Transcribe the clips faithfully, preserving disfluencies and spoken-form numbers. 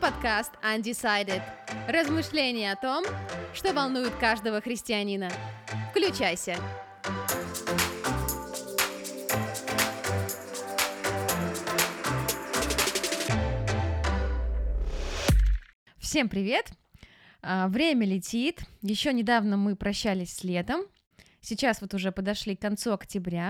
подкаст Undecided. Размышления о том, что волнует каждого христианина. Включайся. Всем привет! А, Время летит. Еще недавно мы прощались с летом. Сейчас вот уже подошли к концу октября.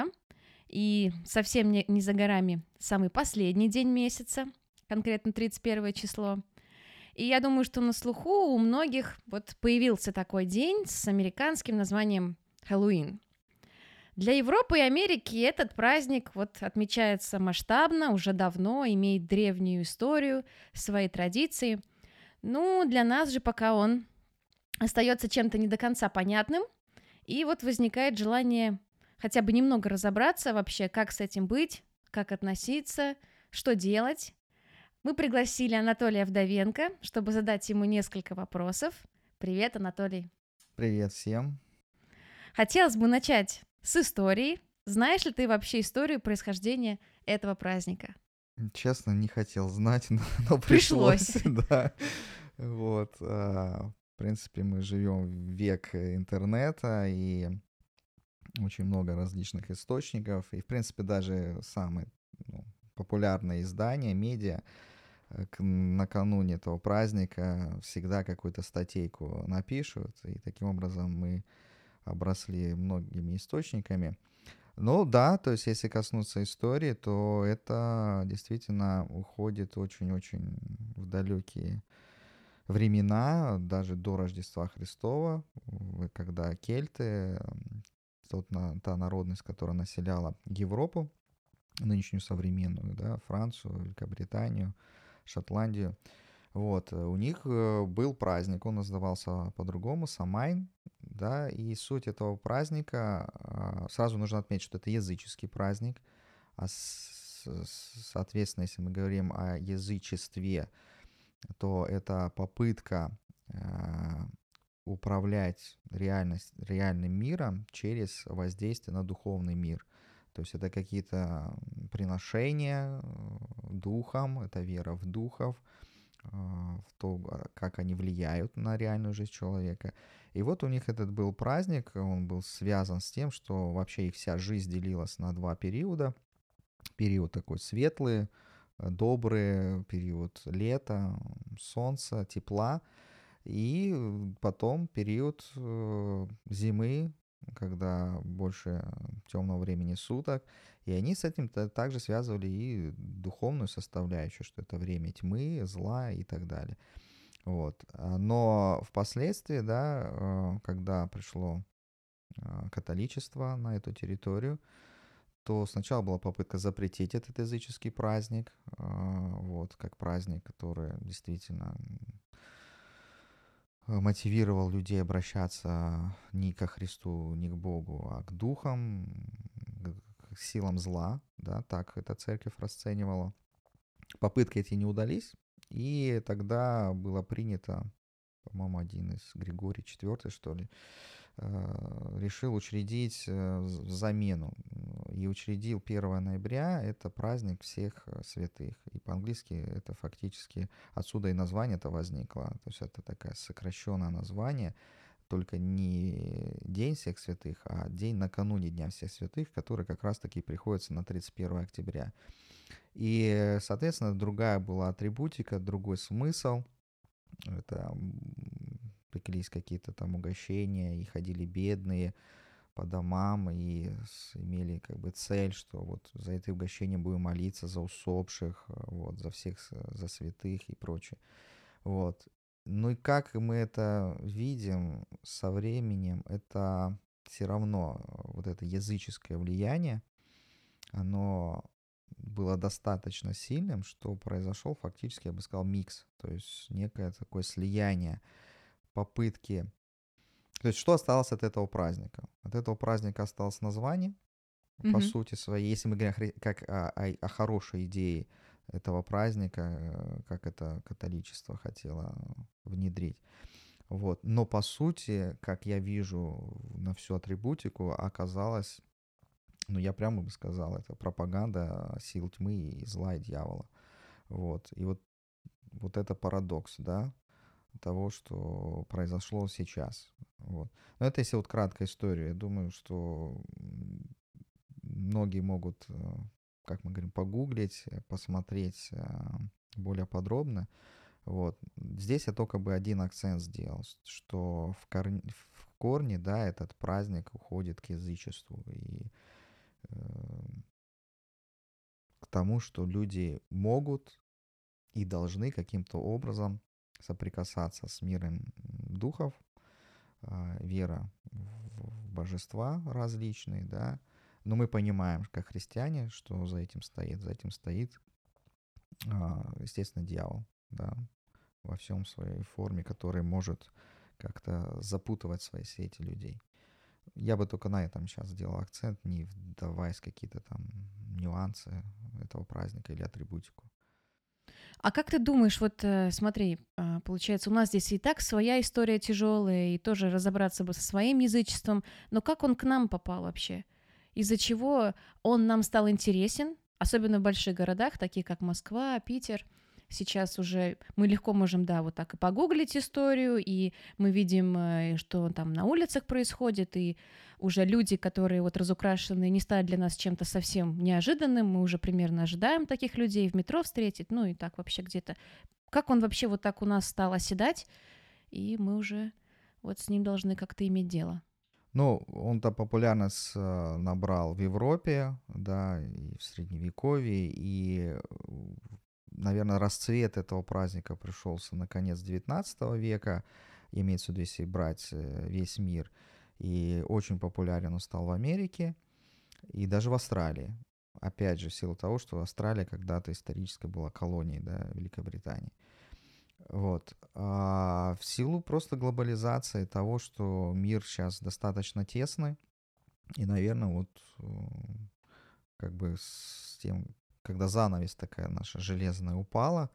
И совсем не, не за горами самый последний день месяца, конкретно тридцать первое число. И я думаю, что на слуху у многих вот появился такой день с американским названием Хэллоуин. Для Европы и Америки этот праздник вот отмечается масштабно, уже давно, имеет древнюю историю, свои традиции. Ну, для нас же пока он остается чем-то не до конца понятным, и вот возникает желание хотя бы немного разобраться вообще, как с этим быть, как относиться, что делать. Мы пригласили Анатолия Вдовенко, чтобы задать ему несколько вопросов. Привет, Анатолий. Привет всем. Хотелось бы начать с истории. Знаешь ли ты вообще историю происхождения этого праздника? Честно, не хотел знать, но, но Пришлось. пришлось. Да. Вот. а, В принципе, мы живем в век интернета и очень много различных источников. И, в принципе, даже самые ну, популярные издания, медиа э, к- накануне этого праздника всегда какую-то статейку напишут. И таким образом мы обросли многими источниками. Ну да, то есть если коснуться истории, то это действительно уходит очень-очень в далекие времена, даже до Рождества Христова, в- когда кельты, м, тот, на- та народность, которая населяла Европу, нынешнюю современную, да, Францию, Великобританию, Шотландию, вот, э, у них э, был праздник, он назывался по-другому, Самайн, да, и суть этого праздника, а, сразу нужно отметить, что это языческий праздник, а с- с- соответственно, если мы говорим о язычестве, то это попытка а, управлять реальность, реальным миром через воздействие на духовный мир. То есть это какие-то приношения э, духом, это вера в духов, а, в то, а, как они влияют на реальную жизнь человека. И вот у них этот был праздник, он был связан с тем, что вообще их вся жизнь делилась на два периода. Период такой светлый, э, добрый, период лета, солнца, тепла. И э, потом период э, зимы, когда больше темного времени суток. И они с этим та- также связывали и духовную составляющую, что это время тьмы, зла и так далее. Вот. А, Но впоследствии, да, э, когда пришло а, католичество на эту территорию, то сначала была попытка запретить этот языческий праздник, а, вот, как праздник, который действительно э, мотивировал людей обращаться не ко Христу, не к Богу, а к духам, к к силам зла, да, так эта церковь расценивала. Попытки эти не удались, и тогда было принято, по-моему, один из, Григорий четвёртый, что ли, э, решил учредить э, з- замену. И учредил первого ноября, это праздник всех э, святых. И по-английски это фактически, отсюда и название это возникло. То есть это такое сокращенное название, только не День всех святых, а день накануне Дня всех святых, который как раз-таки приходится на тридцать первое октября. И, соответственно, другая была атрибутика, другой смысл. Это м, пеклись какие-то там угощения, и ходили бедные по домам, и с- имели как бы цель, что вот за это угощение будем молиться за усопших, э, вот, за всех, с- за святых и прочее. Вот. Ну и как мы это видим со временем, это все равно э, вот это языческое влияние, оно было достаточно сильным, что произошел фактически, я бы сказал, микс, то есть некое такое слияние, попытки. То есть что осталось от этого праздника? От этого праздника осталось название, по Мгм. сути своей, если мы говорим о хри- как о, о- о хорошей идее этого праздника, э, как это католичество хотело внедрить. Вот. Но по сути, как я вижу на всю атрибутику, оказалось, ну я прямо бы сказал, это пропаганда сил тьмы и зла и дьявола. Вот. И вот вот это парадокс, да, того, что произошло сейчас. Вот. Но это если вот краткая история. Я думаю, что м, многие могут, э, как мы говорим, погуглить, э, посмотреть э, более подробно. Вот. Здесь я только бы один акцент сделал, с- что в корне, в корне, да, этот праздник уходит к язычеству и э, к тому, что люди могут и должны каким-то образом соприкасаться с миром духов, а, вера в в божества различные, да. Но мы понимаем, как христиане, что за этим стоит. За этим стоит, а, естественно, дьявол, да, во всем своей форме, который может как-то запутывать в свои сети людей. Я бы только на этом сейчас сделал акцент, не вдаваясь в какие-то там нюансы этого праздника или атрибутику. А как ты думаешь, вот э, смотри, а, получается, у нас здесь и так своя история тяжелая, и тоже разобраться бы со своим язычеством, но как он к нам попал вообще? Из-за чего он нам стал интересен, особенно в больших городах, таких как Москва, Питер? Сейчас уже мы легко можем, да, вот так и погуглить историю, и мы видим, э, что там на улицах происходит, и уже люди, которые вот разукрашены, не стали для нас чем-то совсем неожиданным, мы уже примерно ожидаем таких людей в метро встретить, ну и так вообще где-то. Как он вообще вот так у нас стал оседать, и мы уже вот с ним должны как-то иметь дело. Ну, он-то популярность э, набрал в Европе, да, и в Средневековье, и, наверное, расцвет этого праздника пришелся на конец девятнадцатого века, имеется в виду, если брать э, весь мир, и очень популярен он стал в Америке и даже в Австралии. Опять же, в силу того, что Австралия когда-то исторически была колонией, да, Великобритании. Вот. А в силу просто глобализации того, что мир сейчас достаточно тесный, и, наверное, вот э, как бы с тем, когда занавес такая наша железная упала,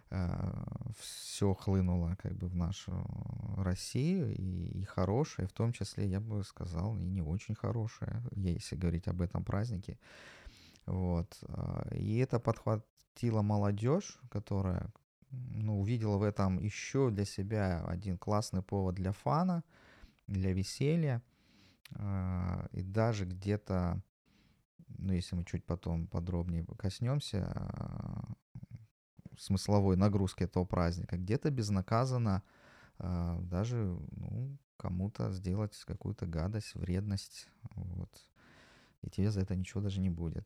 все хлынуло как бы в нашу Россию, и, и хорошее, в том числе, я бы сказал, и не очень хорошее, если говорить об этом празднике. Вот. а, И это подхватила молодежь, которая, ну, увидела в этом еще для себя один классный повод для фана, для веселья. а, И даже где-то, ну, если мы чуть потом подробнее коснемся а, смысловой нагрузки этого праздника, где-то безнаказанно а, даже, ну, кому-то сделать какую-то гадость, вредность, вот. И тебе за это ничего даже не будет.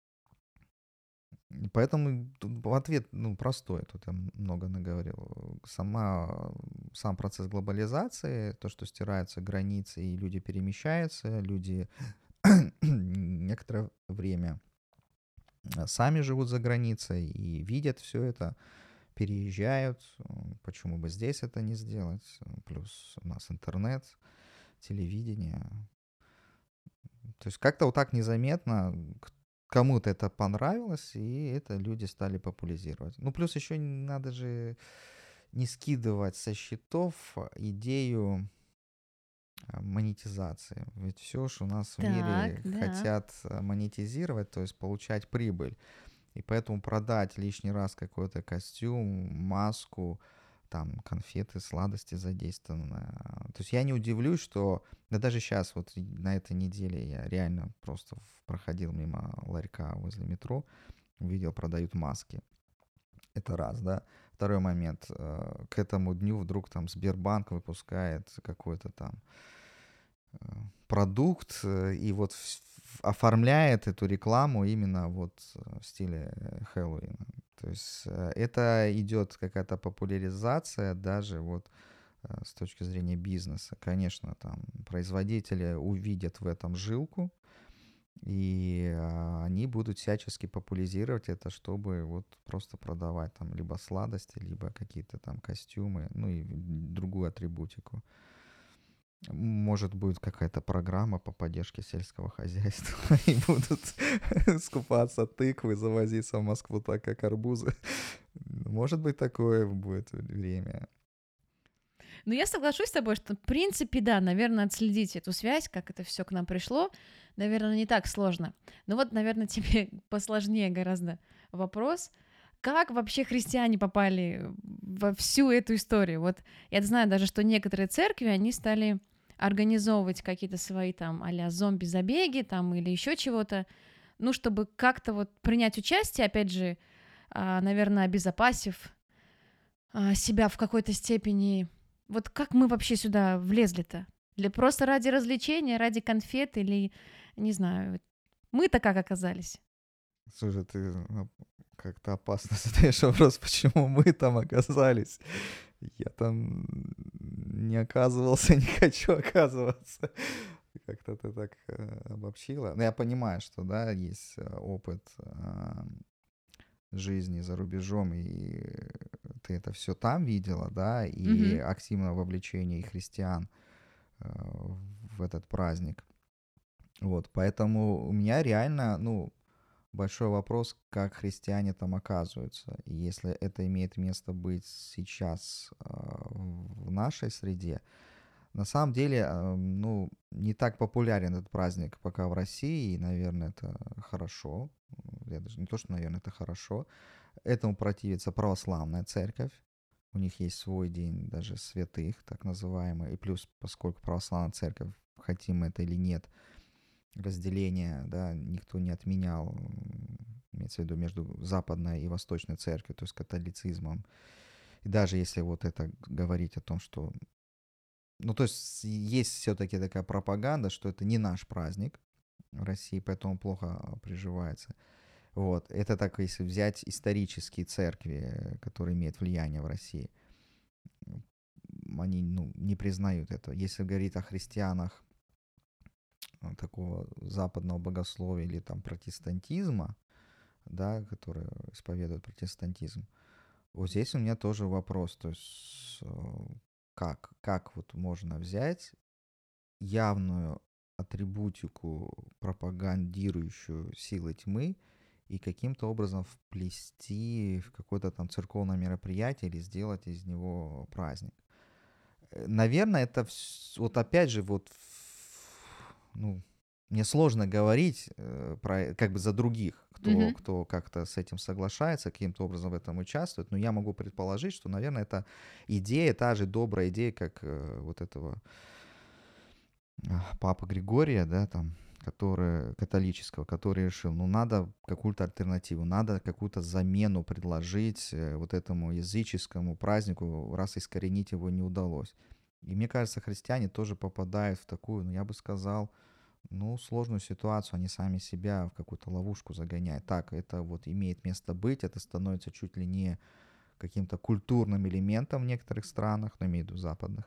И поэтому тут ответ, ну, простой, тут я много наговорил. Сама, сам процесс глобализации, то, что стираются границы и люди перемещаются, люди некоторое время э, сами живут за границей и видят все это, переезжают. М, Почему бы здесь это не сделать? Плюс у нас интернет, телевидение. То есть как-то вот так незаметно к- кому-то это понравилось, и это люди стали популяризировать. Ну, плюс еще надо же не скидывать со счетов идею а, монетизации. Ведь все же у нас в Так, мире да. хотят а, монетизировать, то есть получать прибыль. И поэтому продать лишний раз какой-то костюм, маску, там конфеты, сладости задействованы. То есть я не удивлюсь, что да даже сейчас, вот и на этой неделе я реально просто в- проходил мимо ларька возле метро, увидел, продают маски. Это раз, да. Второй момент. э, К этому дню вдруг там Сбербанк выпускает какой-то там э, продукт э, и вот вс- в- оформляет эту рекламу именно вот э, в стиле э, Хэллоуина. То есть э, это идет какая-то популяризация даже вот э, с точки зрения бизнеса. Конечно, там производители увидят в этом жилку, и а, они будут всячески популяризировать это, чтобы вот просто продавать там либо сладости, либо какие-то там костюмы, ну и другую атрибутику. Может, будет какая-то программа по поддержке сельского хозяйства, и будут скупаться тыквы, завозиться в Москву так, как арбузы. Может быть, такое будет время. Ну, я соглашусь с тобой, что, в принципе, да, наверное, отследить эту связь, как это все к нам пришло, наверное, не так сложно. Но вот, наверное, тебе посложнее гораздо вопрос. как вообще христиане попали во всю эту историю? Вот я знаю даже, что некоторые церкви, они стали организовывать какие-то свои там а-ля зомби-забеги там или еще чего-то, ну, чтобы как-то вот принять участие, опять же, а, наверное, обезопасив а, себя в какой-то степени. Вот как мы вообще сюда влезли-то? Для просто ради развлечения, ради конфет или, не знаю, мы-то как оказались? Слушай, ты ну, как-то опасно задаешь вопрос, почему мы там оказались. Я там не оказывался, не хочу оказываться. Как-то ты так э, обобщила. Но я понимаю, что, да, есть э, опыт э, жизни за рубежом, и ты это все там видела, да, и Мгм. активное вовлечение христиан э, в этот праздник. Вот, поэтому у меня реально, ну, большой вопрос, как христиане там оказываются. И если это имеет место быть сейчас а, в нашей среде, на самом деле, а, ну, не так популярен этот праздник пока в России, и, наверное, это хорошо. Я даже не то, что, наверное, это хорошо. Этому противится православная церковь. У них есть свой день даже святых, так называемый. И плюс, поскольку православная церковь, хотим мы это или нет, разделение, да, никто не отменял, м, имеется в виду между западной и восточной церковью, то есть католицизмом. И даже если вот это говорить о том, что, ну, то есть есть все-таки такая пропаганда, что это не наш праздник в России, поэтому плохо приживается. Вот, это так, если взять исторические церкви, которые имеют влияние в России, они, ну, не признают это. Если говорить о христианах э, такого западного богословия или там протестантизма, да, которые исповедуют протестантизм. Вот здесь у меня тоже вопрос, то есть э, как, как вот можно взять явную атрибутику, пропагандирующую силы тьмы, и каким-то образом вплести в какое-то там церковное мероприятие или сделать из него праздник. Э, Наверное, это вс- вот опять же вот, в- ну, мне сложно говорить э, про как бы за других, кто, Мгм. кто как-то с этим соглашается, каким-то образом в этом участвует, но я могу предположить, что, наверное, это идея, та же добрая идея, как э, вот этого а, папы Григория, да, там, который, католического, который решил, ну, надо какую-то альтернативу, надо какую-то замену предложить э, вот этому языческому празднику, раз искоренить его не удалось. И мне кажется, христиане тоже попадают в такую, ну, я бы сказал, ну, сложную ситуацию, они сами себя в какую-то ловушку загоняют. Так, это вот имеет место быть, это становится чуть ли не каким-то культурным элементом в некоторых странах, ну, имею в виду западных.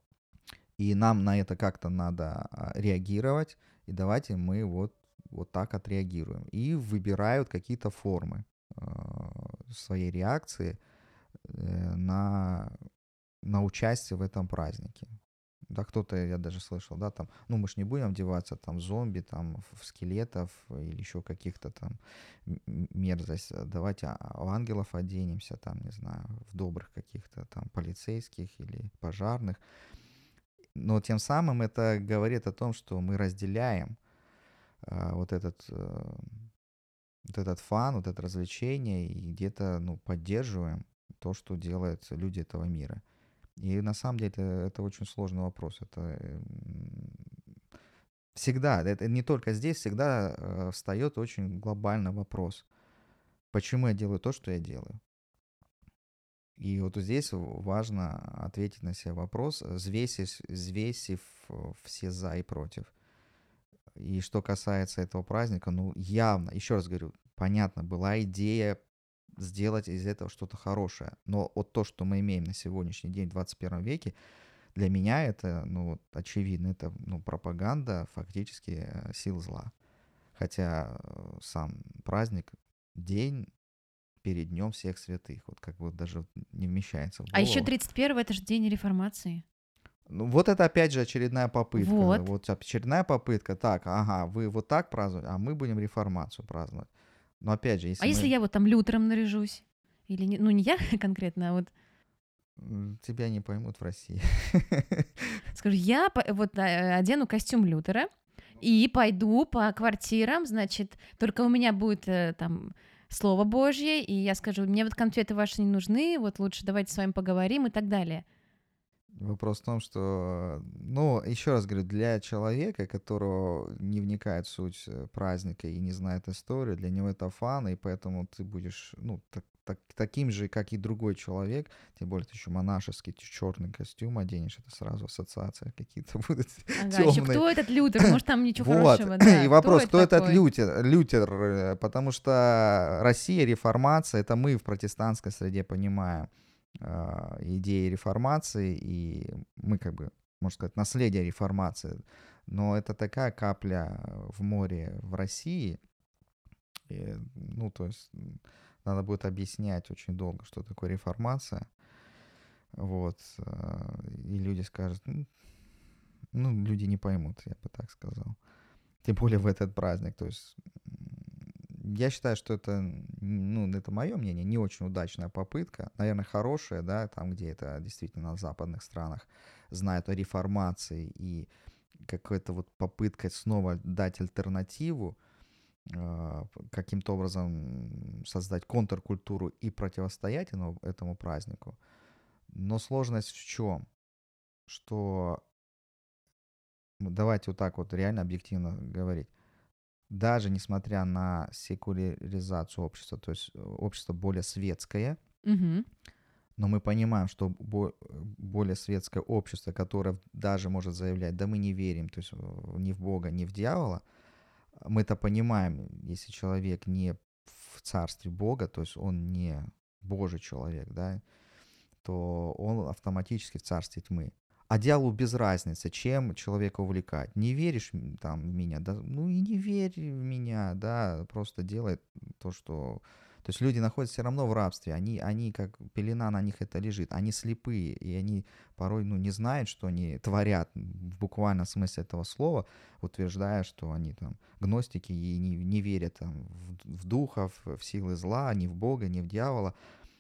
И нам на это как-то надо а, реагировать, и давайте мы вот, вот так отреагируем. И выбирают какие-то формы а, своей реакции э, на, на участие в этом празднике. Да, кто-то, я даже слышал, да, там, ну, мы ж не будем одеваться, там, зомби, там, в в скелетов или еще каких-то там м- м- мерзость. а Давайте а- в ангелов оденемся, там, не знаю, в добрых каких-то там полицейских или пожарных. Но тем самым это говорит о том, что мы разделяем а, вот этот, э, вот этот фан, вот это развлечение и где-то, ну, поддерживаем то, что делают люди этого мира. И на самом деле это, это очень сложный вопрос. Это м, всегда, это не только здесь, всегда э, встает очень глобальный вопрос. Почему я делаю то, что я делаю? И вот здесь важно ответить на себе вопрос, взвесив, взвесив э, все за и против. И что касается этого праздника, ну, явно, еще раз говорю, понятно, была идея сделать из этого что-то хорошее. Но вот то, что мы имеем на сегодняшний день, в двадцать первом веке, для меня это, ну, вот, очевидно, это, ну, пропаганда фактически э, сил зла. Хотя э, сам праздник, день перед Днем всех святых, вот как бы даже вот не вмещается в А еще голову. тридцать первое это же день реформации. Ну, вот это опять же очередная попытка. Вот. Вот очередная попытка. Так, ага, вы вот так празднуете, а мы будем реформацию праздновать. Но опять же, А если если мы... я вот там Лютером наряжусь? Или не, ну не я конкретно, а вот м, Тебя не поймут в России. скажу, я по- вот э, одену костюм Лютера и пойду по квартирам, значит, только у меня будет э, там Слово Божье, и я скажу: "Мне вот конфеты ваши не нужны, вот лучше давайте с вами поговорим", и так далее. Вопрос в том, что, ну, еще раз говорю, для человека, которого не вникает в суть э, праздника и не знает историю, для него это фан, и поэтому ты будешь, ну, так, так- таким же, как и другой человек, тем более ты еще монашеский черный костюм оденешь, это сразу ассоциации какие-то будут Ага, еще темные. кто этот Лютер? Может, там ничего Вот. хорошего, И да. Кто вопрос, это кто этот такой? Лютер? Лютер, э, потому что Россия, реформация, это мы в протестантской среде понимаем а, идеи реформации, и мы как бы, можно сказать, наследие реформации. Но это такая капля в море в России. И, ну, то есть м, надо будет объяснять очень долго, что такое реформация. Вот. а, И люди скажут, ну, ну, люди не поймут, я бы так сказал. Тем более в этот праздник. То есть м, я считаю, что это, м, ну, это мое мнение, не очень удачная попытка. Наверное, хорошая, да, там, где это действительно в западных странах знают о реформации и какая-то вот попытка снова дать альтернативу, а, п- каким-то образом создать контркультуру и противостоять ему- этому празднику. Но сложность в чем? Что, ну, давайте вот так вот реально объективно говорить. Даже несмотря на секуляризацию общества, то есть э, общество более светское, Мгм. но мы понимаем, что бо- более светское общество, которое даже может заявлять, да мы не верим, то есть э, ни в Бога, ни в дьявола, мы это понимаем, если человек не в царстве Бога, то есть он не Божий человек, да, то он автоматически в царстве тьмы. А дьяволу без разницы, чем человека увлекать. Не веришь м, там в меня, да, ну и не верь в меня, да, просто делай то, что... То есть люди находятся все равно в рабстве, они, они как пелена на них это лежит, они слепые, и они порой, ну, не знают, что они творят в буквальном смысле этого слова, утверждая, что они там гностики и не, не верят там, в, в духов, в силы зла, ни в Бога, ни в дьявола.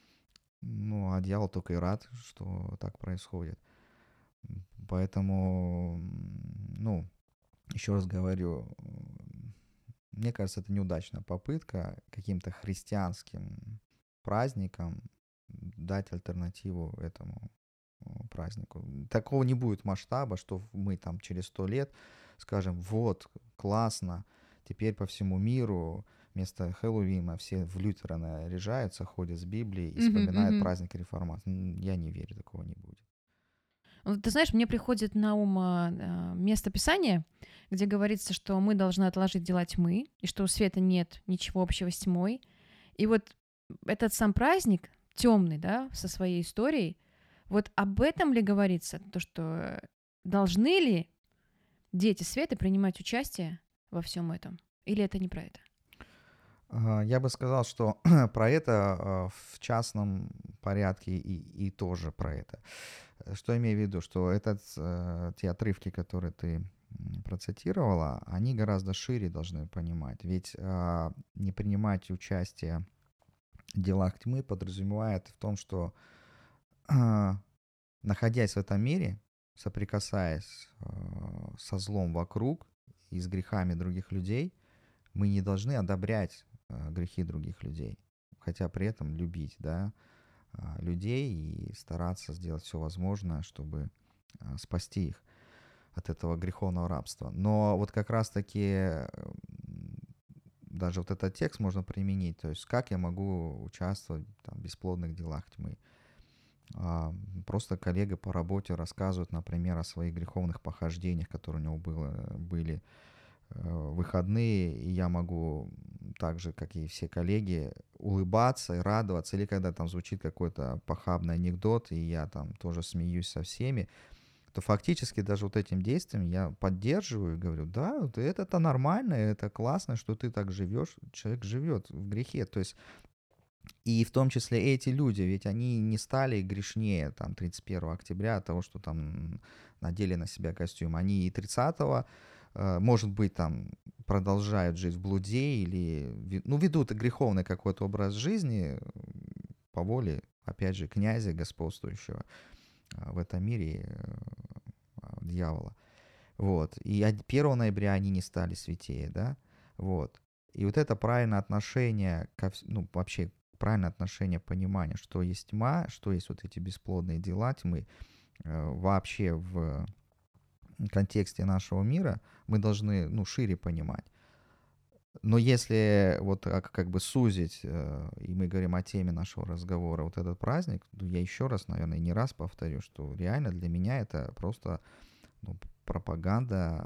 Ну, а дьявол только и рад, что так происходит. М, Поэтому, м, ну, еще раз говорю, м, мне кажется, это неудачная попытка каким-то христианским праздникам дать альтернативу этому э, празднику. Такого не будет масштаба, что мы там через сто лет скажем, вот, классно, теперь по всему миру вместо Хэллоуина все в Лютера наряжаются, ходят с Библией и Мгм, вспоминают мгм. праздник реформации. М, Я не верю, такого не будет. Вот ты знаешь, мне приходит на ум а, а, место Писания, где говорится, что мы должны отложить дела тьмы, и что у света нет ничего общего с тьмой. И вот этот сам праздник, темный, да, со своей историей, вот об этом ли говорится, то, что э, должны ли дети света принимать участие во всем этом? Или это не про это? А, Я бы сказал, что про это а, в частном порядке и, и тоже про это. Э, Что имею в виду? Что этот, э, те отрывки, которые ты м, процитировала, они гораздо шире должны понимать. Ведь а, не принимать участие в делах тьмы подразумевает в том, что а, находясь в этом мире, соприкасаясь а, со злом вокруг и с грехами других людей, мы не должны одобрять а, грехи других людей, хотя при этом любить, да, а, людей и стараться сделать все возможное, чтобы а, спасти их от этого греховного рабства. Но вот как раз-таки м, даже вот этот текст можно применить, то есть как я могу участвовать там, в бесплодных делах тьмы. А, Просто коллега по работе рассказывает, например, о своих греховных похождениях, которые у него было, были э, выходные, и я могу так же, как и все коллеги, улыбаться и радоваться, или когда там звучит какой-то похабный анекдот, и я там тоже смеюсь со всеми, то фактически даже вот этим действием я поддерживаю и говорю, да, вот это-то нормально, это классно, что ты так живешь, человек живет в грехе, то есть и в том числе эти люди, ведь они не стали грешнее там тридцать первого октября от того, что там надели на себя костюм. Они и тридцатого, э, может быть, там продолжают жить в блуде или, ви- ну, ведут греховный какой-то образ жизни э, по воле, опять же, князя господствующего э, в этом мире, э, а, дьявола. Вот. И од- первого ноября они не стали святее, да, вот. И вот это правильное отношение, ко, вс- ну, вообще правильное отношение, понимание, что есть тьма, что есть вот эти бесплодные дела тьмы, э, вообще в контексте нашего мира мы должны, ну, шире понимать. Но если вот как, как бы сузить, э, и мы говорим о теме нашего разговора, вот этот праздник, ну, я еще раз, наверное, не раз повторю, что реально для меня это просто, ну, пропаганда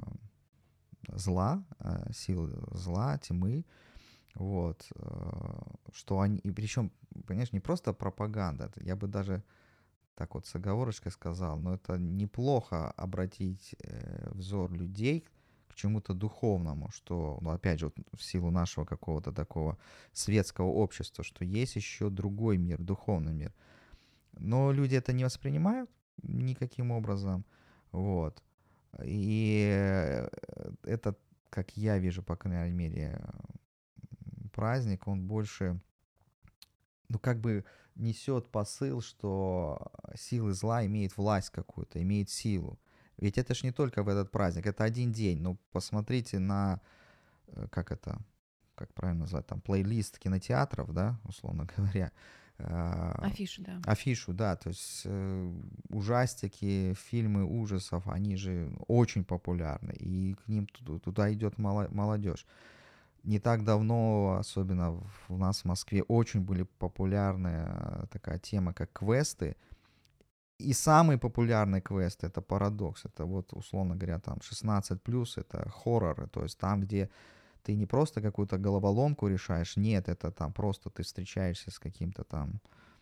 э, зла, э, сил зла, тьмы, вот, э, что они, и причем, понимаешь, не просто пропаганда, это я бы даже так вот с оговорочкой сказал, но это неплохо обратить э, взор людей к чему-то духовному, что, ну, опять же, вот в силу нашего какого-то такого светского общества, что есть еще другой мир, духовный мир. Но люди это не воспринимают никаким образом, вот. И э, этот, как я вижу, по крайней мере, праздник, он больше, ну, как бы несет посыл, что силы зла имеет власть какую-то, имеет силу. Ведь это ж не только в этот праздник, это один день. Ну, посмотрите на, э, как это, как правильно назвать, там, плейлист кинотеатров, да, условно говоря. А, Афишу, да. Афишу, да, то есть э, ужастики, фильмы ужасов, они же очень популярны, и к ним ту- туда идет мало- молодежь. Не так давно, особенно в у нас в Москве, очень были популярны э, такая тема, как квесты. И самый популярный квест — это парадокс. Это вот, условно говоря, там шестнадцать плюс, это хорроры. То есть там, где ты не просто какую-то головоломку решаешь, нет, это там просто ты встречаешься с каким-то там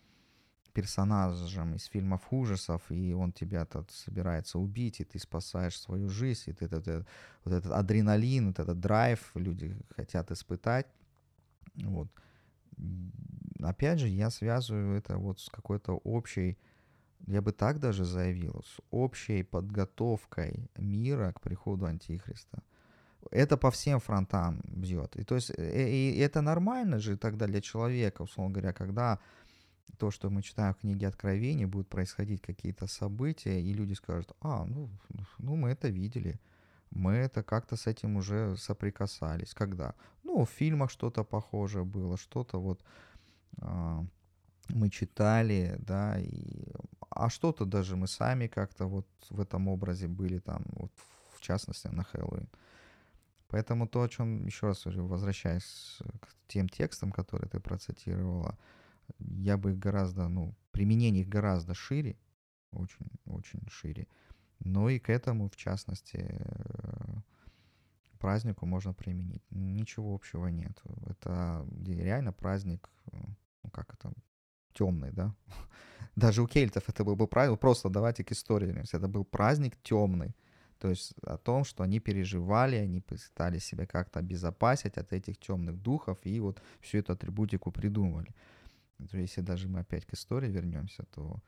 персонажем из фильмов ужасов, и он тебя тут собирается убить, и ты спасаешь свою жизнь, и ты, этот, э, вот этот адреналин, вот этот драйв люди хотят испытать. Вот. М, Опять же, я связываю это вот с какой-то общей, я бы так даже заявил, с общей подготовкой мира к приходу Антихриста. Это по всем фронтам бьет. И то есть, э, и это нормально же тогда для человека, условно говоря, когда то, что мы читаем в книге Откровений, будут происходить какие-то события, и люди скажут: а, ну, ну мы это видели, мы это как-то с этим уже соприкасались. Когда? Ну, в фильмах что-то похожее было, что-то вот а, мы читали, да, и, а что-то даже мы сами как-то вот в этом образе были там, вот в частности на Хэллоуин. Поэтому то, о чем, еще раз говорю, возвращаясь к тем текстам, которые ты процитировала, я бы их гораздо, ну, применение их гораздо шире, очень, очень шире. Но и к этому, в частности, э, празднику можно применить. Ничего общего нет. Это реально праздник, э, ну как это, темный, да? Даже у кельтов это был бы праздник, просто давайте к истории вернемся. Это был праздник темный. То есть о том, что они переживали, они пытались себя как-то обезопасить от этих темных духов, и вот всю эту атрибутику придумали. То если даже мы опять к истории вернемся, то,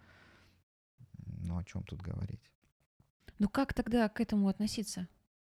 ну, о чем тут говорить? Ну как тогда к этому относиться?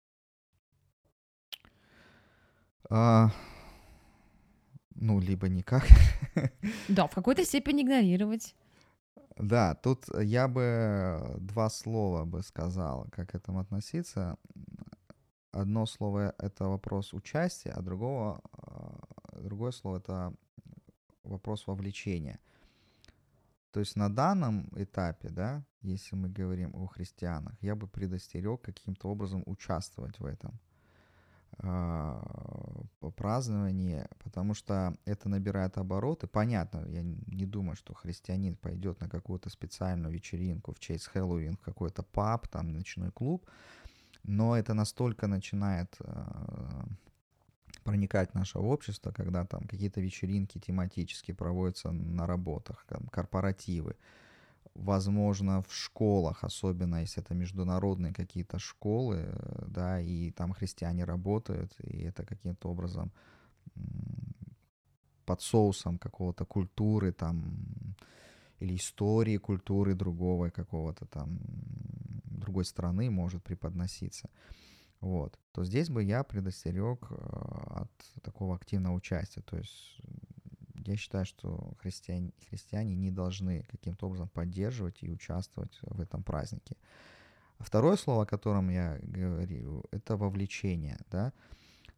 А, ну, либо никак. Да, в какой-то степени игнорировать. Да, тут я бы два слова бы сказал, как к этому относиться. Одно слово — это вопрос участия, а другого, а, другое слово — это вопрос вовлечения. То есть на данном этапе, да, если мы говорим о христианах, я бы предостерег каким-то образом участвовать в этом а, п- праздновании, потому что это набирает обороты. Понятно, я н- не думаю, что христианин пойдет на какую-то специальную вечеринку в честь Хэллоуин, в какой-то паб, там, ночной клуб, но это настолько начинает а, проникать в наше общество, когда там какие-то вечеринки тематические проводятся на работах, там, корпоративы, возможно, в школах, особенно если это международные какие-то школы, э, да, и там христиане работают, и это каким-то образом м, под соусом какого-то культуры там или истории культуры другого какого-то там другой страны может преподноситься. Вот, то здесь бы я предостерег э, от такого активного участия. То есть я считаю, что христиане, христиане не должны каким-то образом поддерживать и участвовать в этом празднике. А второе слово, о котором я говорю, это вовлечение, да.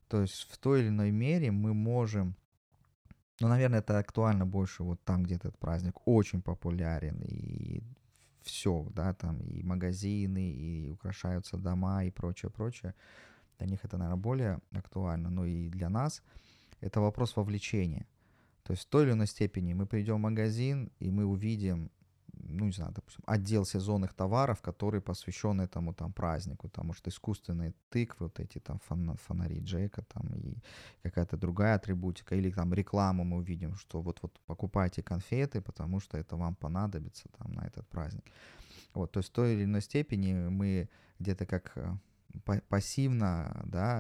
То есть в той или иной мере мы можем, ну, наверное, это актуально больше вот там, где этот праздник очень популярен, и все, да, там и магазины, и украшаются дома, и прочее, прочее. Для них это, наверное, более актуально, но и для нас это вопрос вовлечения. То есть в той или иной степени мы придем в магазин, и мы увидим, ну, не знаю, допустим, отдел сезонных товаров, который посвящен этому там празднику. Там, может, искусственные тыквы, вот эти там фон- фонари Джека, там, и какая-то другая атрибутика. Или там рекламу мы увидим, что вот-вот покупайте конфеты, потому что это вам понадобится там на этот праздник. Вот, то есть в той или иной степени мы где-то как э, па- пассивно, да,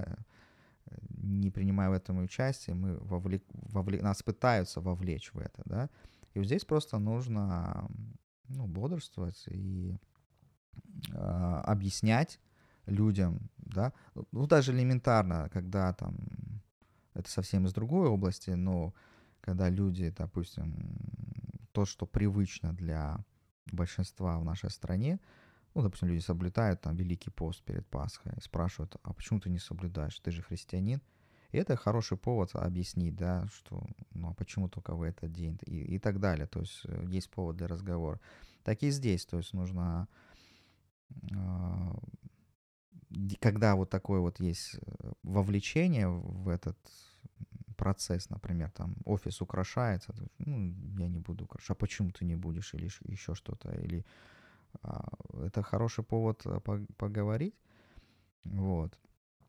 не принимая в этом участие, мы вовлек, вовлек, нас пытаются вовлечь в это, да. И вот здесь просто нужно, ну, бодрствовать и а, объяснять людям, да, ну, даже элементарно, когда там, это совсем из другой области, но когда люди, допустим, то, что привычно для большинства в нашей стране, ну, допустим, люди соблюдают там Великий пост перед Пасхой, спрашивают, а почему ты не соблюдаешь, ты же христианин. И это хороший повод объяснить, да, что, ну, а почему только в этот день и, и так далее. То есть э, есть повод для разговора. Так и здесь, то есть нужно, а, д- когда вот такое вот есть э, вовлечение в этот процесс, например, там офис украшается, то есть, ну, я не буду украшать, а почему ты не будешь, или ш- еще что-то, или а, это хороший повод э, по- поговорить, вот.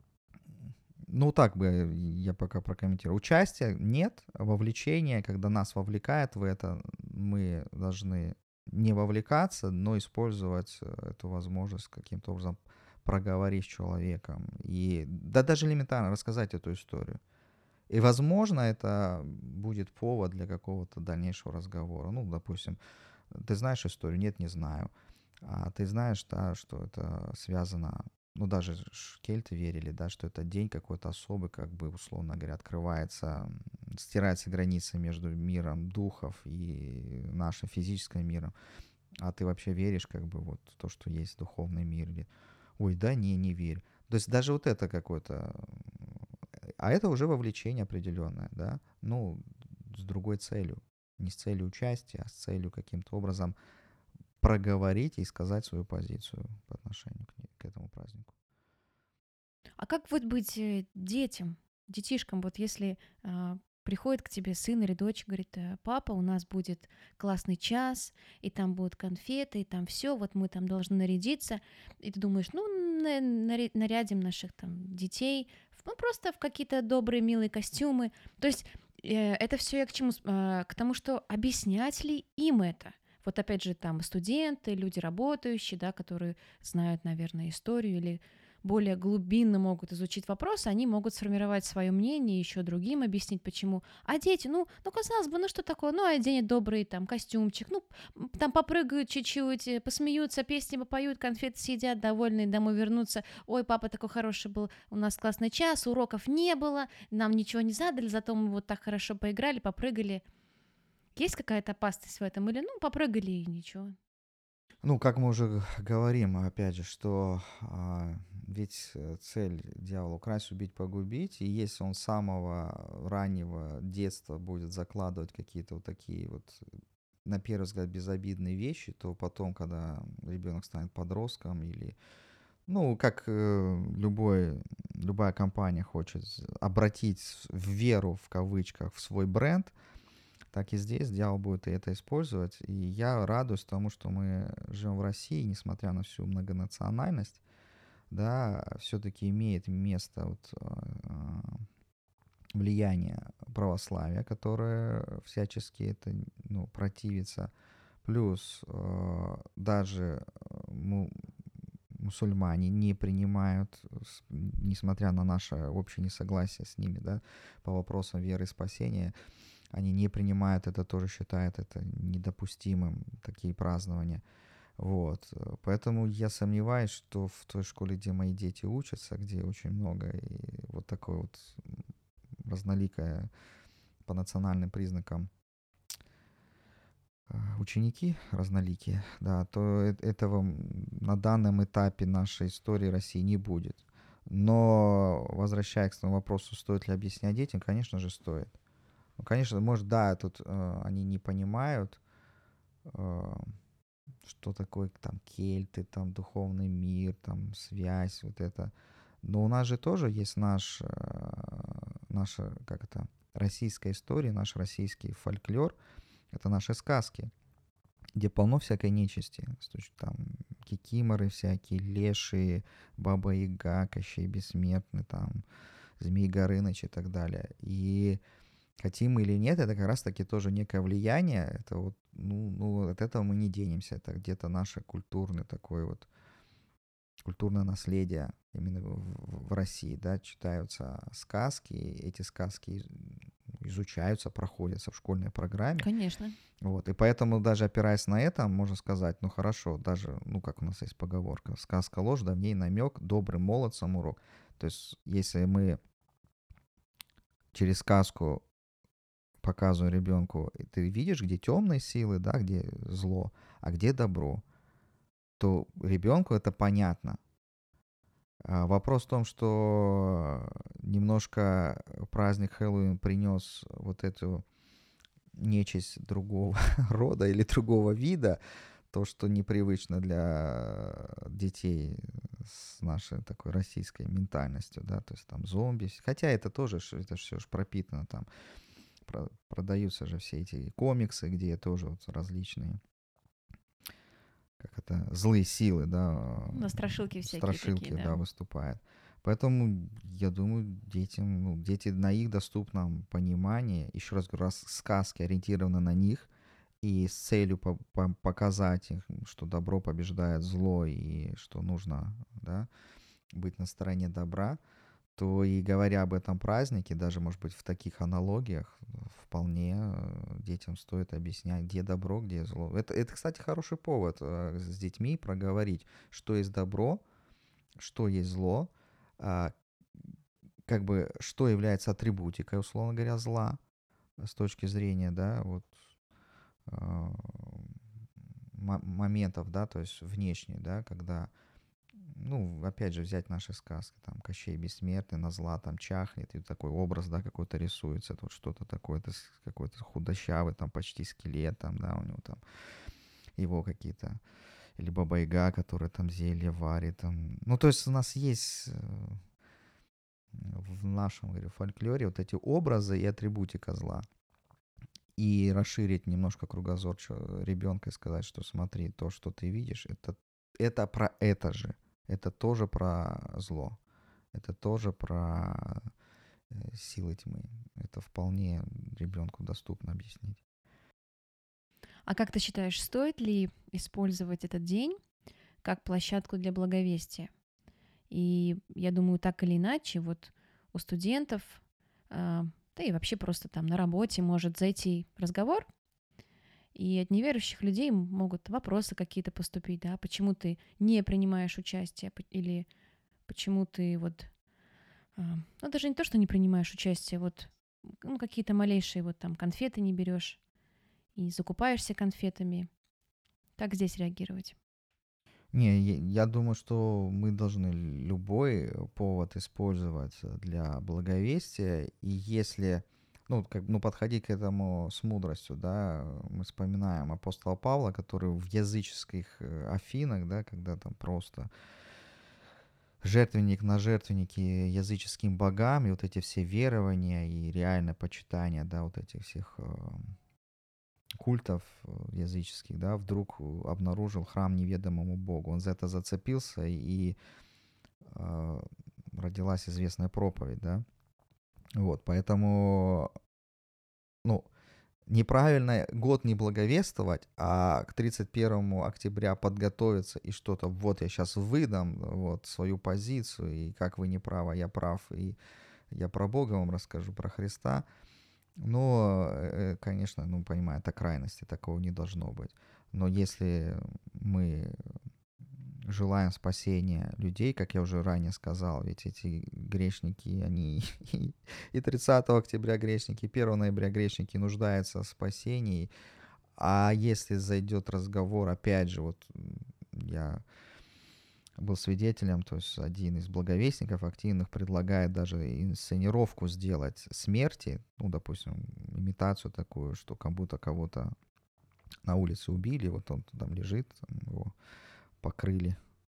Ну, так бы я пока прокомментирую. Участия нет, вовлечения, когда нас вовлекает в это, мы должны не вовлекаться, но использовать э, эту возможность каким-то образом проговорить с человеком. И да даже элементарно рассказать эту историю. И, возможно, это будет повод для какого-то дальнейшего разговора. Ну, допустим, ты знаешь историю? Нет, не знаю. А ты знаешь, да, что это связано, ну, даже ж кельты верили, да, что это день какой-то особый, как бы, условно говоря, открывается, м, стирается граница между миром духов и нашим физическим миром. А ты вообще веришь, как бы, вот в то, что есть духовный мир? Или, ой, да, не, не верь. То есть даже вот это какое-то, м, а это уже вовлечение определенное, да, ну, с другой целью. Не с целью участия, а с целью каким-то образом проговорить и сказать свою позицию по отношению к, ней, к этому празднику. А как вот быть э, детям, детишкам, вот если а, приходит к тебе сын или дочь, говорит, э, папа, у нас будет классный час, и там будут конфеты, и там все, вот мы там должны нарядиться, и ты думаешь, ну, на- наре- нарядим наших там детей, в- ну, просто в какие-то добрые, милые костюмы. То есть э, это все я к чему? С- а, К тому, что объяснять ли им это? Вот опять же, там студенты, люди работающие, да, которые знают, наверное, историю или более глубинно могут изучить вопрос, они могут сформировать свое мнение, еще другим объяснить, почему. А дети, ну, ну казалось бы, ну что такое, ну, оденет добрый там костюмчик, ну, м, там попрыгают чуть-чуть, э, посмеются, песни попоют, конфеты съедят, довольные, домой вернутся. Ой, папа такой хороший был, у нас классный час, уроков не было, нам ничего не задали, зато мы вот так хорошо поиграли, попрыгали. Есть какая-то опасность в этом? Или, ну, попрыгали и ничего? Ну, как мы уже г- говорим, опять же, что а, ведь э, цель дьявола украсть, убить, погубить, и если он с самого раннего детства будет закладывать какие-то вот такие вот, на первый взгляд, безобидные вещи, то потом, когда ребенок станет подростком или, ну, как э, любой, любая компания хочет обратить в веру, в кавычках, в свой бренд, так и здесь дьявол будет и это использовать. И я радуюсь тому, что мы живем в России, несмотря на всю многонациональность, да, все-таки имеет место вот, а, влияние православия, которое всячески это, ну, противится. Плюс э, даже э, му- мусульмане не принимают, с- несмотря на наше общее несогласие с ними, да, по вопросам веры и спасения, они не принимают это, тоже считают это недопустимым, такие празднования. Вот. э, Поэтому я сомневаюсь, что в той школе, где мои дети учатся, где очень много и вот такое вот м, разноликое по национальным признакам э, ученики разноликие, да, то э- этого м, на данном этапе нашей истории России не будет. Но возвращаясь к тому вопросу, стоит ли объяснять детям, конечно же, стоит. Ну, конечно, может, да, тут э, они не понимают, э, что такое там кельты, там духовный мир, там связь, вот это. Но у нас же тоже есть наш, э, наша, как это, российская история, наш российский фольклор, это наши сказки, где полно всякой нечисти. То есть там кикиморы всякие, лешие, Баба-Яга, Кощей Бессмертный, там, Змей Горыныч и так далее. И хотим мы или нет, это как раз-таки тоже некое влияние. Это вот, ну, ну, от этого мы не денемся. Это где-то наше культурное такое вот, культурное наследие именно в, в России, да, читаются сказки, эти сказки изучаются, проходятся в школьной программе. Конечно. Вот, и поэтому даже опираясь на это, можно сказать, ну хорошо, даже, ну как у нас есть поговорка, сказка ложь, давней намек, добрый молодцам урок. То есть если мы через сказку показываем ребенку, и ты видишь, где темные силы, да, где зло, а где добро, то ребенку это понятно. А вопрос в том, что немножко праздник Хэллоуин принес вот эту нечисть другого рода или другого вида, то, что непривычно для детей с нашей такой российской ментальностью, да, то есть там зомби, хотя это тоже, это все же пропитано там, про, продаются же все эти комиксы, где тоже вот различные, как это, злые силы, да, Ну, страшилки всякие страшилки, такие, да, да. выступают. Поэтому, я думаю, детям, ну, дети на их доступном понимании, еще раз говорю, раз сказки ориентированы на них, и с целью по- по- показать их, что добро побеждает зло, и что нужно, да, быть на стороне добра, то и говоря об этом празднике, даже, может быть, в таких аналогиях, вполне э, детям стоит объяснять, где добро, где зло. Это, это кстати, хороший повод э, с детьми проговорить, что есть добро, что есть зло, а, как бы, что является атрибутикой, условно говоря, зла с точки зрения, да, вот а, мо- моментов, да, то есть внешне, да, когда, ну, опять же, взять наши сказки, там, Кощей Бессмертный, на зла там чахнет, и такой образ, да, какой-то рисуется, тут что-то такое, то какой-то худощавый, там, почти скелет, там, да, у него там, его какие-то, или Баба-Яга, которая там зелье варит, там, ну, то есть у нас есть э, в нашем, говорю, фольклоре вот эти образы и атрибутика зла. И расширить немножко кругозор ребенка и сказать, что смотри, то, что ты видишь, это, это про это же. Это тоже про зло. Это тоже про э, силы тьмы. Это вполне ребенку доступно объяснить. А как ты считаешь, стоит ли использовать этот день как площадку для благовестия? И я думаю, так или иначе, вот у студентов, а, да и вообще просто там на работе может зайти разговор, и от неверующих людей могут вопросы какие-то поступить, да, почему ты не принимаешь участие, п- или почему ты вот, а, ну даже не то, что не принимаешь участие, вот ну, какие-то малейшие вот там конфеты не берешь и закупаешься конфетами. Как здесь реагировать? Не, я я думаю, что мы должны любой повод использовать для благовестия. И если, ну, как, ну, подходить к этому с мудростью, да, мы вспоминаем апостола Павла, который в языческих э, Афинах, да, когда там просто жертвенник на жертвеннике языческим богам, и вот эти все верования и реальное почитание, да, вот этих всех э, культов э, языческих, да, вдруг э, обнаружил храм неведомому Богу. Он за это зацепился, и э, родилась известная проповедь, да. Вот, поэтому, ну, неправильно год не благовествовать, а к тридцать первому октября подготовиться и что-то, вот я сейчас выдам вот свою позицию, и как вы не правы, а я прав, и я про Бога вам расскажу, про Христа. Но, э, конечно, ну, понимаю, это крайности, такого не должно быть. Но если мы желаем спасения людей, как я уже ранее сказал, ведь эти грешники, они и тридцатого октября грешники, и первого ноября грешники нуждаются в спасении. А если зайдет разговор, опять же, вот я был свидетелем, то есть один из благовестников активных предлагает даже инсценировку сделать смерти, ну, допустим, имитацию такую, что как будто кого-то на улице убили, вот он там лежит, там его покрыли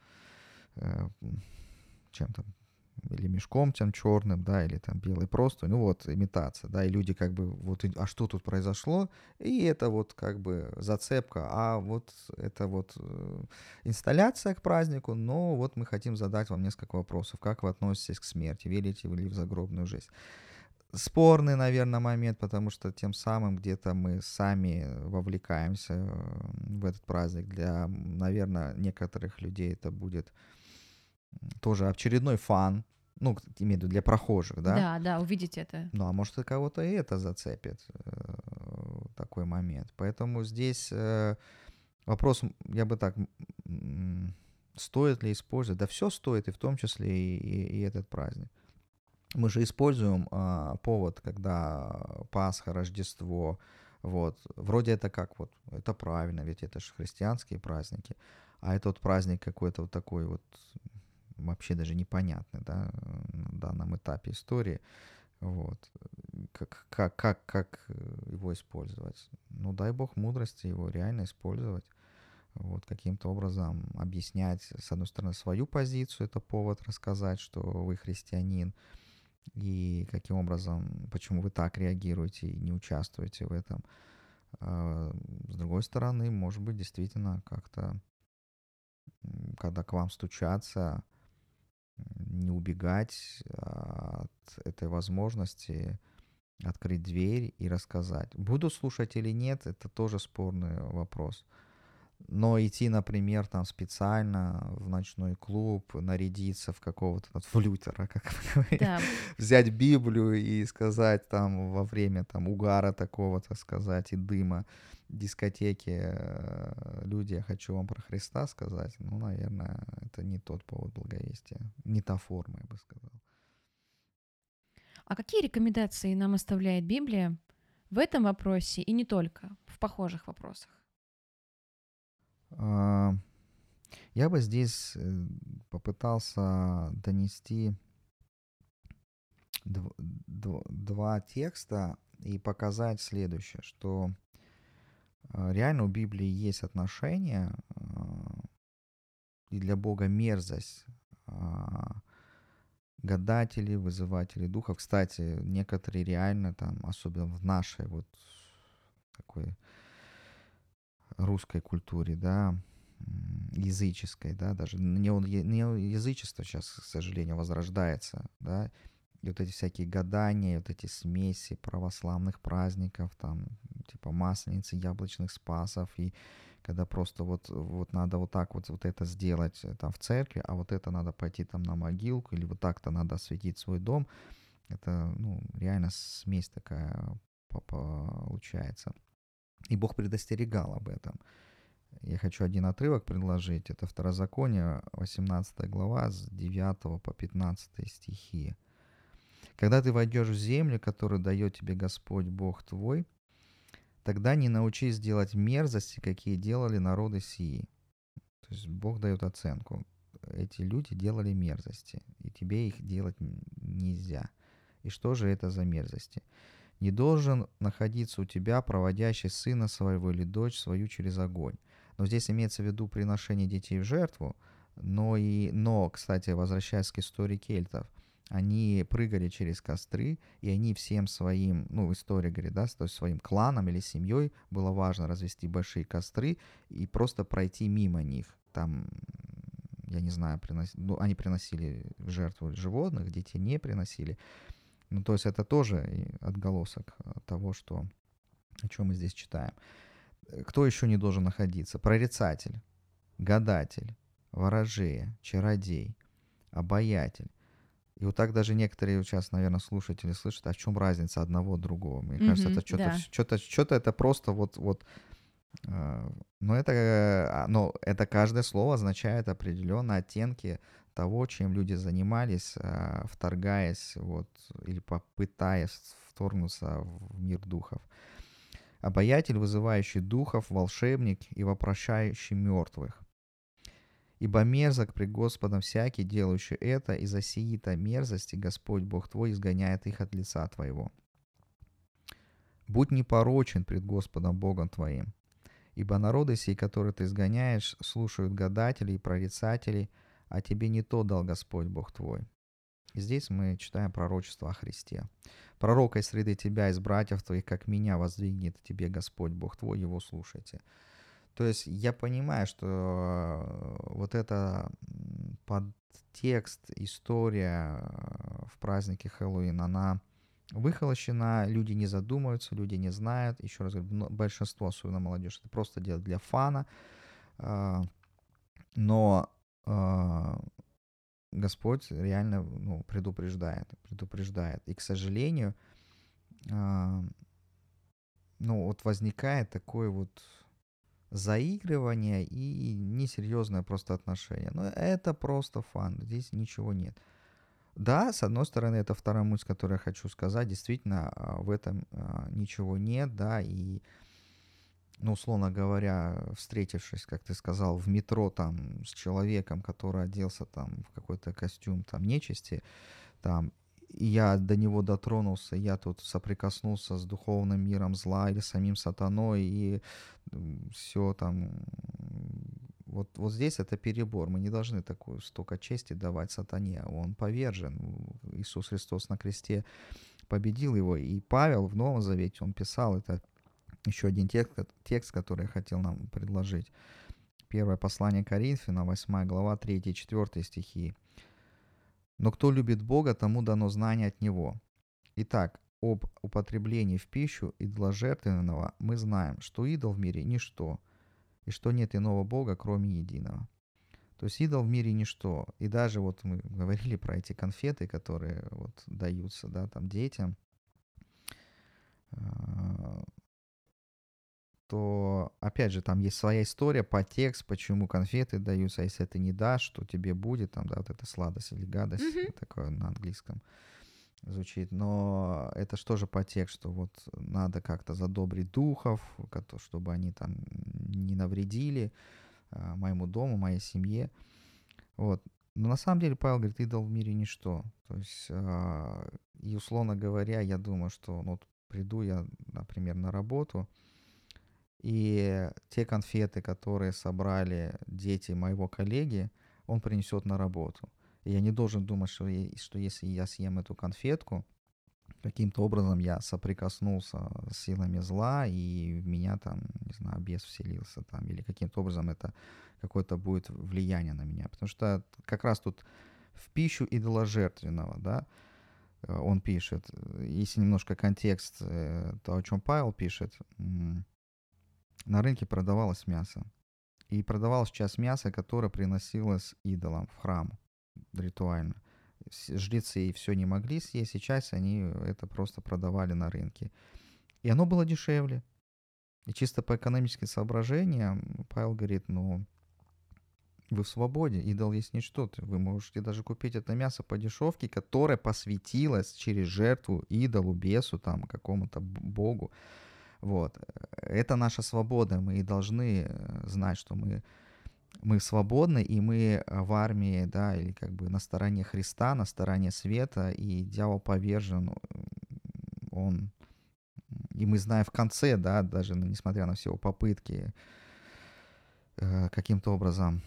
э, чем-то, или мешком тем черным, да, или там белой простынь, ну вот, имитация, да, и люди как бы, вот, а что тут произошло? И это вот как бы зацепка, а вот это вот э, инсталляция к празднику, но вот мы хотим задать вам несколько вопросов. Как вы относитесь к смерти? Верите вы ли в загробную жизнь? Спорный, наверное, момент, потому что тем самым где-то мы сами вовлекаемся э, в этот праздник. Для, наверное, некоторых людей это будет тоже очередной фан, ну, к- имею в виду для прохожих, да. Да, да, увидеть это. Ну, а может, и кого-то и это зацепит, э, такой момент. Поэтому здесь э, вопрос, м, я бы так, м, м, стоит ли использовать? Да все стоит, и в том числе и, и- и этот праздник. Мы же используем а, повод, когда Пасха, Рождество, вот. Вроде это как вот, это правильно, ведь это же христианские праздники. А это вот праздник какой-то вот такой вот вообще даже непонятный, да, на данном этапе истории. Вот. Как, как, как, как э, его использовать? Ну, дай бог мудрости его реально использовать. Вот, каким-то образом объяснять, с одной стороны, свою позицию, это повод рассказать, что вы христианин, и каким образом, почему вы так реагируете и не участвуете в этом. А с другой стороны, может быть, действительно как-то, м, когда к вам стучатся, не убегать а, от этой возможности открыть дверь и рассказать. Буду слушать или нет, это тоже спорный вопрос. Но идти, например, там специально в ночной клуб, нарядиться в какого-то вот флютера, как мы говорим, Да. взять Библию и сказать там во время там угара такого, так сказать, и дыма дискотеки, э, люди, я хочу вам про Христа сказать, ну, наверное, это не тот повод благовестия, не та форма, я бы сказал. А какие рекомендации нам оставляет Библия в этом вопросе и не только, в похожих вопросах? А, Я бы здесь э, попытался донести дв- дв- два текста и показать следующее, что а, реально у Библии есть отношения, а, и для Бога мерзость а, гадателей, вызывателей духов. Кстати, некоторые реально там, особенно в нашей вот такой русской культуре, да, м, языческой, да, даже нео- неоязычество сейчас, к сожалению, возрождается, да, и вот эти всякие гадания, вот эти смеси православных праздников, там, типа Масленицы, яблочных спасов, и когда просто вот, вот надо вот так вот, вот это сделать э, там в церкви, а вот это надо пойти там на могилку, или вот так-то надо осветить свой дом, это, ну, реально смесь такая по- получается. И Бог предостерегал об этом. Я хочу один отрывок предложить. Это Второзаконие, восемнадцатая глава, с девятого по пятнадцатый стихи. «Когда ты войдешь в землю, которую дает тебе Господь Бог твой, тогда не научись делать мерзости, какие делали народы сии». То есть Бог дает оценку. Эти люди делали мерзости, и тебе их делать н- нельзя. И что же это за мерзости? Не должен находиться у тебя проводящий сына своего или дочь свою через огонь. Но здесь имеется в виду приношение детей в жертву, но, и, но, кстати, возвращаясь к истории кельтов, они прыгали через костры, и они всем своим, ну, история говорит, да, то есть своим кланом или семьей было важно развести большие костры и просто пройти мимо них. Там, я не знаю, принос... ну, они приносили в жертву животных, детей не приносили. Ну, то есть это тоже и отголосок э, того, что, о чем мы здесь читаем. Э, Кто еще не должен находиться? Прорицатель, гадатель, ворожея, чародей, обаятель. И вот так даже некоторые сейчас, наверное, слушатели слышат, а в чем разница одного от другого? Мне кажется, это Мгм, что-то, да. что-то, что-то это просто вот, вот э, но это, э, а, но это каждое слово означает определенные оттенки того, чем люди занимались, а, вторгаясь вот, или попытаясь вторгнуться в мир духов. Обаятель, вызывающий духов, волшебник и вопрошающий мертвых. Ибо мерзок пред Господом всякий, делающий это, и за сии-то мерзости Господь Бог твой изгоняет их от лица твоего. Будь непорочен пред Господом Богом твоим, ибо народы сии, которые ты изгоняешь, слушают гадателей и прорицателей, а тебе не то дал Господь Бог твой». И здесь мы читаем пророчество о Христе. «Пророка из среды тебя, из братьев твоих, как меня, воздвигнет тебе Господь Бог твой, его слушайте». То есть я понимаю, что вот это подтекст, история в празднике Хэллоуин, она выхолощена, люди не задумываются, люди не знают. Еще раз говорю, большинство, особенно молодежь, это просто делают для фана. Но Господь реально, ну, предупреждает, предупреждает. И, к сожалению, ну, вот возникает такое вот заигрывание и несерьезное просто отношение. Но это просто фан, здесь ничего нет. Да, с одной стороны, это вторая мысль, которую я хочу сказать. Действительно, в этом ничего нет, да, и, ну, условно говоря, встретившись, как ты сказал, в метро там с человеком, который оделся там в какой-то костюм там нечисти, там, и я до него дотронулся, я тут соприкоснулся с духовным миром зла или самим сатаной, и все там... Вот, вот здесь это перебор. Мы не должны такую столько чести давать сатане. Он повержен. Иисус Христос на кресте победил его. И Павел в Новом Завете, он писал, это еще один текст, текст, который я хотел нам предложить. Первое послание Коринфянам, восьмая глава, третий и четвёртый стихи. «Но кто любит Бога, тому дано знание от Него. Итак, об употреблении в пищу идоложертвенного мы знаем, что идол в мире – ничто, и что нет иного Бога, кроме единого». То есть идол в мире ничто. И даже вот мы говорили про эти конфеты, которые вот даются, да, там детям, то, опять же, там есть своя история, подтекст, почему конфеты даются, а если ты не дашь, что тебе будет, там, да, вот эта сладость или гадость, Mm-hmm. такое на английском звучит. Но это что же подтекст, что вот надо как-то задобрить духов, чтобы они там не навредили моему дому, моей семье. Вот. Но на самом деле Павел говорит, идол в мире ничто. То есть, и условно говоря, я думаю, что ну, вот приду я, например, на работу, и те конфеты, которые собрали дети моего коллеги, он принесет на работу. И я не должен думать, что, я, что если я съем эту конфетку, каким-то образом я соприкоснулся с силами зла, и в меня там, не знаю, бес вселился там, или каким-то образом это какое-то будет влияние на меня. Потому что как раз тут в пищу идоложертвенного, да, он пишет, если немножко контекст, то, о чем Павел пишет, на рынке продавалось мясо. И продавалось сейчас мясо, которое приносилось идолам в храм ритуально. Жрецы все не могли съесть, и часть они это просто продавали на рынке. И оно было дешевле. И чисто по экономическим соображениям Павел говорит, ну, вы в свободе, идол есть ничто. Вы можете даже купить это мясо по дешевке, которое посвятилось через жертву идолу, бесу, там, какому-то богу. Вот. Это наша свобода. Мы должны знать, что мы, мы свободны, и мы в армии, да, или как бы на стороне Христа, на стороне света, и дьявол повержен, он... И мы знаем в конце, да, даже несмотря на все его попытки каким-то образом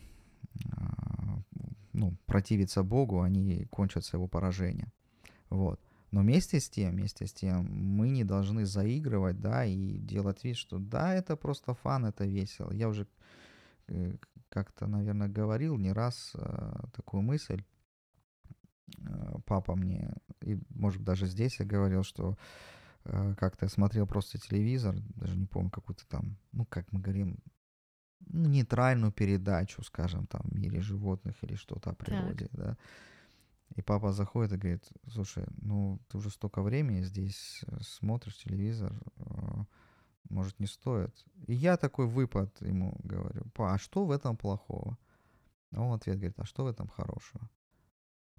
ну, противиться Богу, они кончатся его поражением. Вот. Но вместе с тем, вместе с тем, мы не должны заигрывать, да, и делать вид, что да, это просто фан, это весело. Я уже э, как-то, наверное, говорил не раз э, такую мысль. Э, папа мне, и, может, даже здесь я говорил, что э, как-то я смотрел просто телевизор, даже не помню, какую-то там, ну, как мы говорим, ну, нейтральную передачу, скажем, там, в мире животных или что-то о природе, так. Да. И папа заходит и говорит, слушай, ну ты уже столько времени здесь смотришь телевизор, может не стоит. И я такой выпад ему говорю, па, а что в этом плохого? А он в ответ говорит, а что в этом хорошего?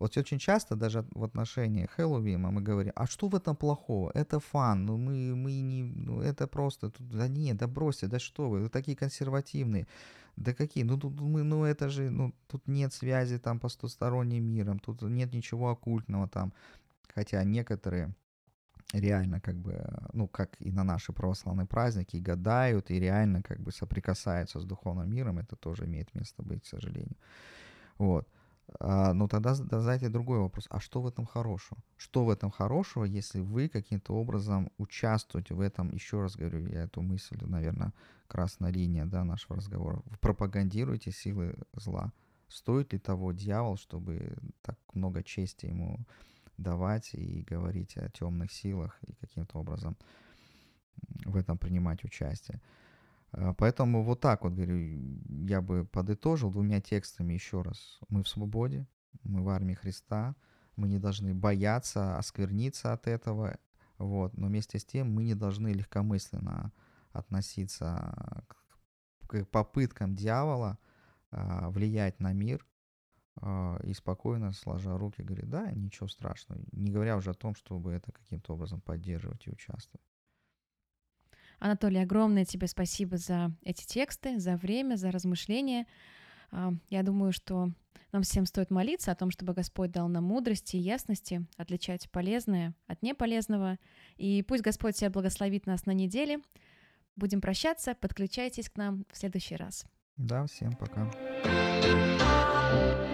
Вот очень часто даже в отношении Хэллоуина мы говорим: а что в этом плохого? Это фан, ну мы, мы не, ну это просто, тут, да нет, да бросьте, да что вы, вы такие консервативные, да какие, ну тут мы, ну это же, ну тут нет связи там по потусторонним миром, тут нет ничего оккультного там, хотя некоторые реально как бы, ну как и на наши православные праздники, гадают и реально как бы соприкасаются с духовным миром, это тоже имеет место быть, к сожалению. Вот. А, но тогда з- да, задайте другой вопрос. А что в этом хорошего? Что в этом хорошего, если вы каким-то образом участвуете в этом, еще раз говорю, я эту мысль, наверное, красная линия, да, нашего разговора, вы пропагандируете силы зла. Стоит ли того дьявол, чтобы так много чести ему давать и говорить о темных силах и каким-то образом в этом принимать участие? А, Поэтому вот так вот, говорю, я бы подытожил двумя текстами еще раз. Мы в свободе, мы в армии Христа, мы не должны бояться, оскверниться от этого, вот, но вместе с тем мы не должны легкомысленно относиться к, к попыткам дьявола а, влиять на мир а, и спокойно, сложа руки, говорит, да, ничего страшного, не говоря уже о том, чтобы это каким-то образом поддерживать и участвовать. Анатолий, огромное тебе спасибо за эти тексты, за время, за размышления. А, Я думаю, что нам всем стоит молиться о том, чтобы Господь дал нам мудрости и ясности отличать полезное от неполезного. И пусть Господь тебя благословит нас на неделе. Будем прощаться. Подключайтесь к нам в следующий раз. Да, всем пока.